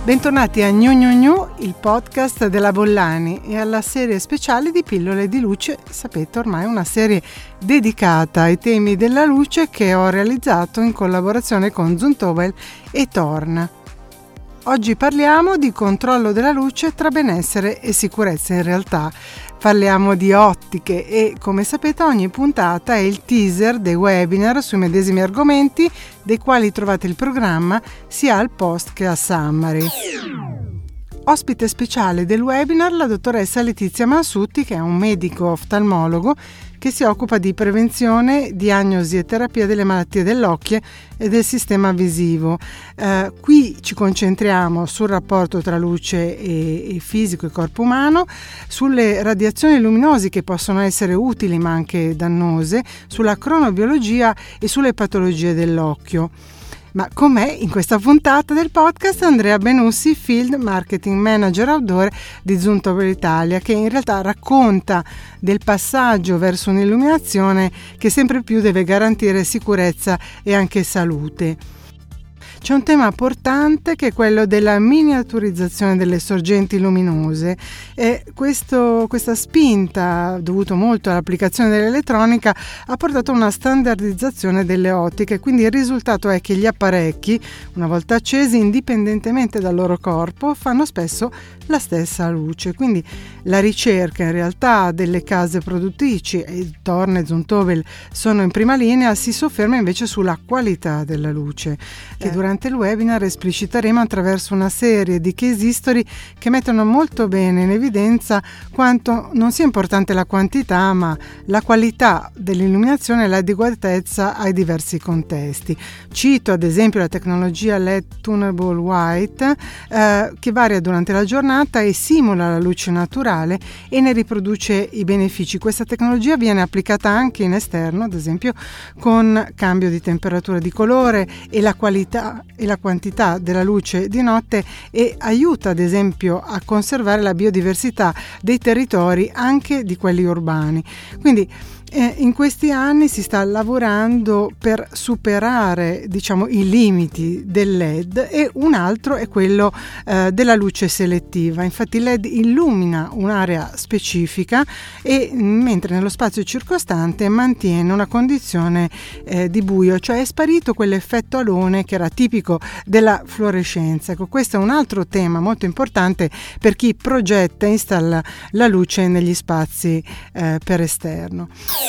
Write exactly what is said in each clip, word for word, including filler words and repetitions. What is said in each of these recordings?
Bentornati a Gnu Gnu Gnu, il podcast della Bollani, e alla serie speciale di Pillole di Luce. Sapete, ormai una serie dedicata ai temi della luce che ho realizzato in collaborazione con Zumtobel e Thorn. Oggi parliamo di controllo della luce tra benessere e sicurezza. In realtà parliamo di ottiche e, come sapete, ogni puntata è il teaser dei webinar sui medesimi argomenti, dei quali trovate il programma sia al post che a summary. Ospite speciale del webinar la dottoressa Letizia Mansutti, che è un medico oftalmologo che si occupa di prevenzione, diagnosi e terapia delle malattie dell'occhio e del sistema visivo. Eh, qui ci concentriamo sul rapporto tra luce e, e fisico e corpo umano, sulle radiazioni luminose che possono essere utili ma anche dannose, sulla cronobiologia e sulle patologie dell'occhio. Ma con me in questa puntata del podcast Andrea Benussi, Field Marketing Manager Outdoor di Zumtobel Italia, che in realtà racconta del passaggio verso un'illuminazione che sempre più deve garantire sicurezza e anche salute. C'è un tema importante che è quello della miniaturizzazione delle sorgenti luminose e questo, questa spinta, dovuto molto all'applicazione dell'elettronica, ha portato a una standardizzazione delle ottiche. Quindi il risultato è che gli apparecchi, una volta accesi, indipendentemente dal loro corpo, fanno spesso la stessa luce. Quindi la ricerca in realtà delle case produttrici, e Thorn e Zumtobel sono in prima linea, si sofferma invece sulla qualità della luce, che durante il webinar espliciteremo attraverso una serie di case history che mettono molto bene in evidenza quanto non sia importante la quantità, ma la qualità dell'illuminazione e l'adeguatezza ai diversi contesti. Cito ad esempio la tecnologia L E D Tunable White, eh, che varia durante la giornata e simula la luce naturale e ne riproduce i benefici. Questa tecnologia viene applicata anche in esterno, ad esempio con cambio di temperatura di colore e la qualità e la quantità della luce di notte, e aiuta ad esempio a conservare la biodiversità dei territori, anche di quelli urbani. Quindi eh, in questi anni si sta lavorando per superare, diciamo, i limiti del L E D, e un altro è quello eh, della luce selettiva. Infatti l'L E D illumina un'area specifica e mentre nello spazio circostante mantiene una condizione eh, di buio, cioè è sparito quell'effetto alone che era tipico della fluorescenza. Ecco, questo è un altro tema molto importante per chi progetta e installa la luce negli spazi eh, per esterno.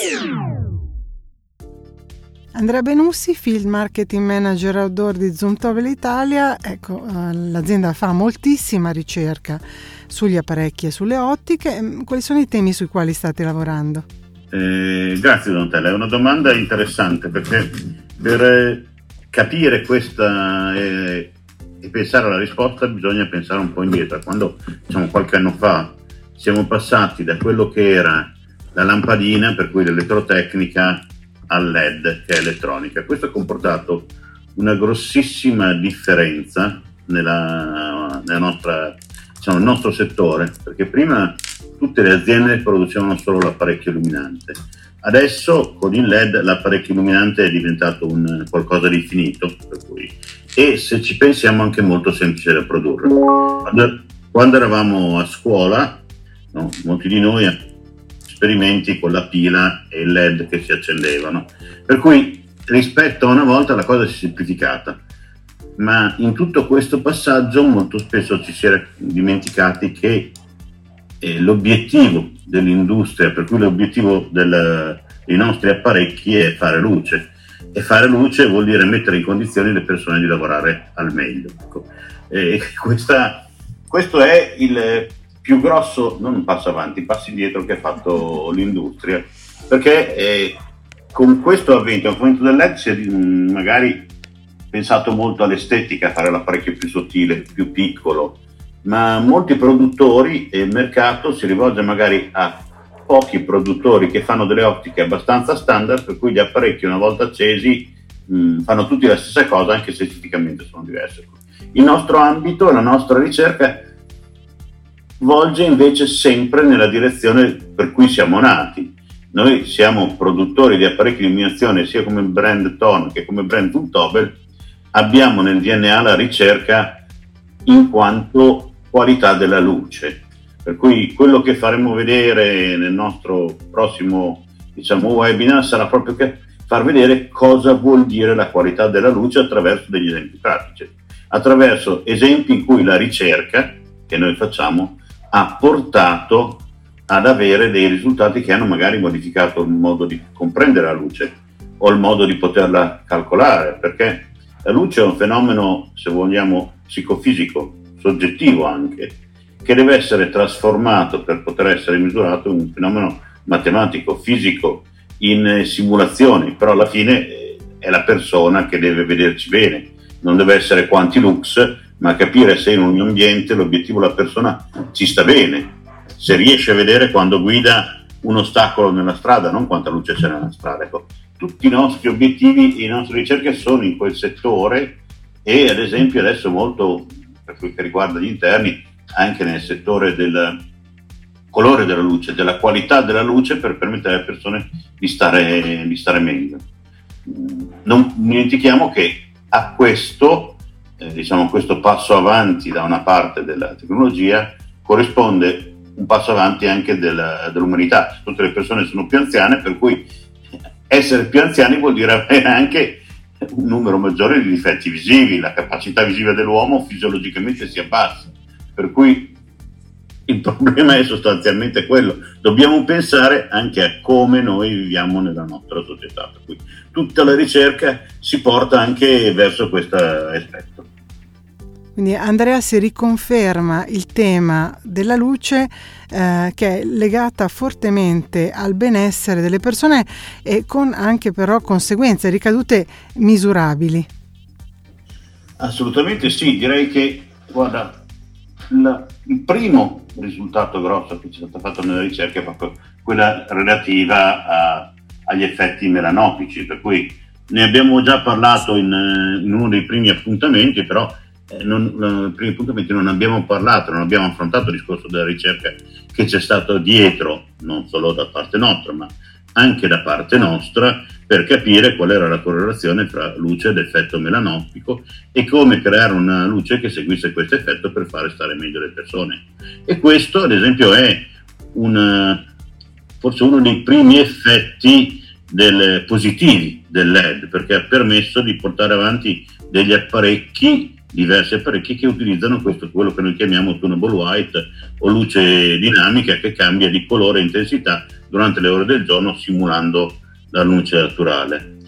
Andrea Benussi, Field Marketing Manager Outdoor di Zumtobel Italia. Ecco, l'azienda fa moltissima ricerca sugli apparecchi e sulle ottiche. Quali sono i temi sui quali state lavorando? Eh, grazie Donatella, è una domanda interessante, perché per capire questa eh, e pensare alla risposta bisogna pensare un po' indietro. Quando, diciamo, qualche anno fa siamo passati da quello che era la lampadina, per cui l'elettrotecnica, al L E D, che è elettronica. Questo ha comportato una grossissima differenza nella, nella nostra, diciamo, nel nostro settore, perché prima tutte le aziende producevano solo l'apparecchio illuminante. Adesso con il L E D l'apparecchio illuminante è diventato un qualcosa di finito, per cui, e se ci pensiamo anche molto semplice da produrre. Quando, quando eravamo a scuola, no, molti di noi esperimenti con la pila e il L E D che si accendevano, per cui rispetto a una volta la cosa si è semplificata, ma in tutto questo passaggio molto spesso ci si era dimenticati che eh, l'obiettivo dell'industria, per cui l'obiettivo del, dei nostri apparecchi è fare luce, e fare luce vuol dire mettere in condizioni le persone di lavorare al meglio. Ecco. E questa, questo è il più grosso, non un passo avanti, passi indietro che ha fatto l'industria, perché eh, con questo avvento, l'avvento del L E D, si è magari pensato molto all'estetica, fare l'apparecchio più sottile, più piccolo, ma molti produttori e il mercato si rivolge magari a pochi produttori che fanno delle ottiche abbastanza standard, per cui gli apparecchi una volta accesi mh, fanno tutti la stessa cosa, anche se esteticamente sono diversi. Il nostro ambito, la nostra ricerca volge invece sempre nella direzione per cui siamo nati. Noi siamo produttori di apparecchi di illuminazione sia come brand Thorn che come brand Zumtobel. Abbiamo nel D N A la ricerca in quanto qualità della luce. Per cui quello che faremo vedere nel nostro prossimo, diciamo, webinar sarà proprio che far vedere cosa vuol dire la qualità della luce attraverso degli esempi pratici, attraverso esempi in cui la ricerca che noi facciamo ha portato ad avere dei risultati che hanno magari modificato il modo di comprendere la luce o il modo di poterla calcolare, perché la luce è un fenomeno, se vogliamo, psicofisico, soggettivo anche, che deve essere trasformato per poter essere misurato in un fenomeno matematico, fisico, in simulazioni, però alla fine è la persona che deve vederci bene, non deve essere quanti lux, ma capire se in un ambiente l'obiettivo della persona ci sta bene, se riesce a vedere quando guida un ostacolo nella strada, non quanta luce c'è nella strada. Ecco, tutti i nostri obiettivi, le nostre ricerche sono in quel settore e ad esempio adesso molto, per quel che riguarda gli interni, anche nel settore del colore della luce, della qualità della luce per permettere alle persone di stare, di stare meglio. Non dimentichiamo che a questo, eh, diciamo, questo passo avanti da una parte della tecnologia corrisponde un passo avanti anche della, dell'umanità. Tutte le persone sono più anziane, per cui essere più anziani vuol dire avere anche un numero maggiore di difetti visivi, la capacità visiva dell'uomo fisiologicamente si abbassa, per cui il problema è sostanzialmente quello. Dobbiamo pensare anche a come noi viviamo nella nostra società, per cui tutta la ricerca si porta anche verso questo aspetto. Quindi Andrea si riconferma il tema della luce eh, che è legata fortemente al benessere delle persone e con anche però conseguenze, ricadute misurabili. Assolutamente sì, direi che guarda, la, il primo risultato grosso che ci è stato fatto nella ricerca è proprio quella relativa a, agli effetti melanopici, per cui ne abbiamo già parlato in, in uno dei primi appuntamenti, però Eh, non, nei primi appuntamenti non abbiamo parlato, non abbiamo affrontato il discorso della ricerca che c'è stato dietro, non solo da parte nostra, ma anche da parte nostra, per capire qual era la correlazione tra luce ed effetto melanopico e come creare una luce che seguisse questo effetto per fare stare meglio le persone. E questo, ad esempio, è un, forse uno dei primi effetti del, positivi del L E D, perché ha permesso di portare avanti degli apparecchi, diversi apparecchi che utilizzano questo, quello che noi chiamiamo tunable white o luce dinamica, che cambia di colore e intensità durante le ore del giorno simulando la luce naturale.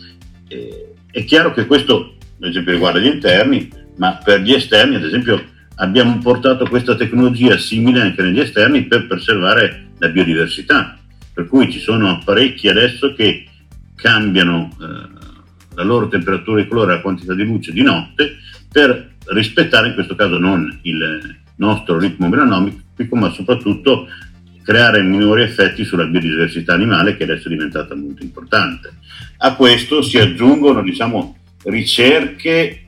E, è chiaro che questo ad esempio riguarda gli interni, ma per gli esterni ad esempio abbiamo portato questa tecnologia simile anche negli esterni per preservare la biodiversità, per cui ci sono apparecchi adesso che cambiano eh, la loro temperatura di colore, la quantità di luce di notte, per rispettare in questo caso non il nostro ritmo melanomico, ma soprattutto creare minori effetti sulla biodiversità animale, che adesso è diventata molto importante. A questo si aggiungono, diciamo, ricerche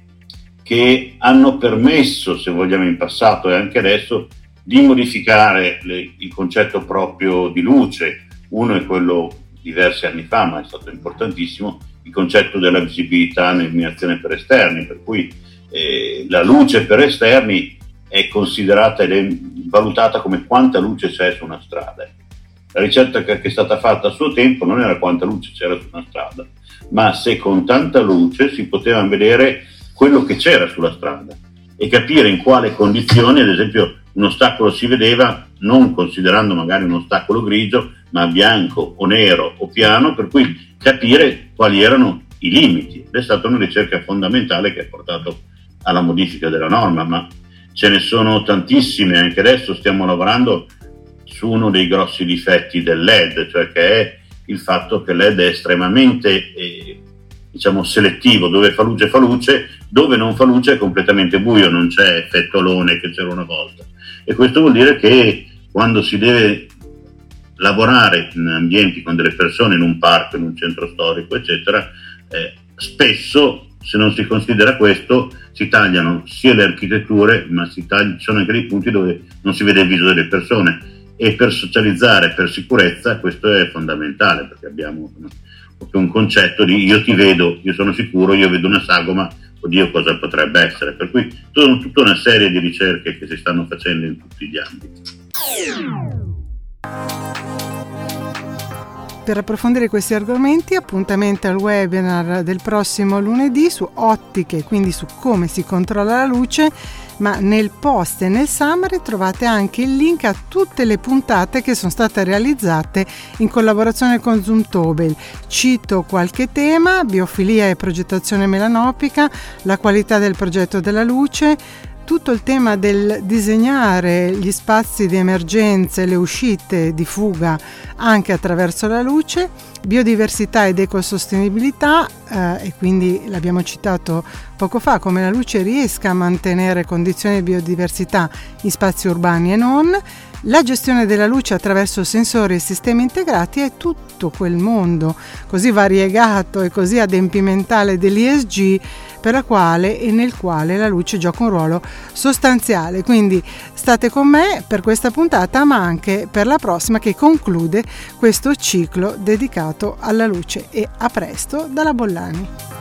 che hanno permesso, se vogliamo in passato e anche adesso, di modificare le, il concetto proprio di luce. Uno è quello diversi anni fa, ma è stato importantissimo, il concetto della visibilità nell'illuminazione per esterni, per cui eh, la luce per esterni è considerata ed è valutata come quanta luce c'è su una strada. La ricerca che è stata fatta a suo tempo non era quanta luce c'era su una strada, ma se con tanta luce si poteva vedere quello che c'era sulla strada e capire in quale condizioni, ad esempio, un ostacolo si vedeva non considerando magari un ostacolo grigio, ma bianco o nero o piano, per cui capire quali erano i limiti. Ed è stata una ricerca fondamentale che ha portato alla modifica della norma, ma ce ne sono tantissime. Anche adesso stiamo lavorando su uno dei grossi difetti del L E D, cioè che è il fatto che l'L E D è estremamente eh, diciamo selettivo, dove fa luce fa luce, dove non fa luce è completamente buio, non c'è effetto alone che c'era una volta. E questo vuol dire che quando si deve lavorare in ambienti con delle persone, in un parco, in un centro storico, eccetera, eh, spesso, se non si considera questo, si tagliano sia le architetture, ma si tagli, ci sono anche dei punti dove non si vede il viso delle persone, e per socializzare, per sicurezza, questo è fondamentale, perché abbiamo proprio un concetto di io ti vedo, io sono sicuro, io vedo una sagoma, oddio cosa potrebbe essere, per cui sono tutta una serie di ricerche che si stanno facendo in tutti gli ambiti. Per approfondire questi argomenti, appuntamento al webinar del prossimo lunedì su ottiche, quindi su come si controlla la luce, ma nel post e nel summary trovate anche il link a tutte le puntate che sono state realizzate in collaborazione con Zumtobel. Cito qualche tema: biofilia e progettazione melanopica, la qualità del progetto della luce, tutto il tema del disegnare gli spazi di emergenza e le uscite di fuga anche attraverso la luce, biodiversità ed ecosostenibilità, eh, e quindi l'abbiamo citato poco fa, come la luce riesca a mantenere condizioni di biodiversità in spazi urbani e non, la gestione della luce attraverso sensori e sistemi integrati, è tutto quel mondo così variegato e così adempimentale dell'I S G per la quale e nel quale la luce gioca un ruolo sostanziale. Quindi state con me per questa puntata, ma anche per la prossima, che conclude questo ciclo dedicato alla luce. E a presto dalla Bollani.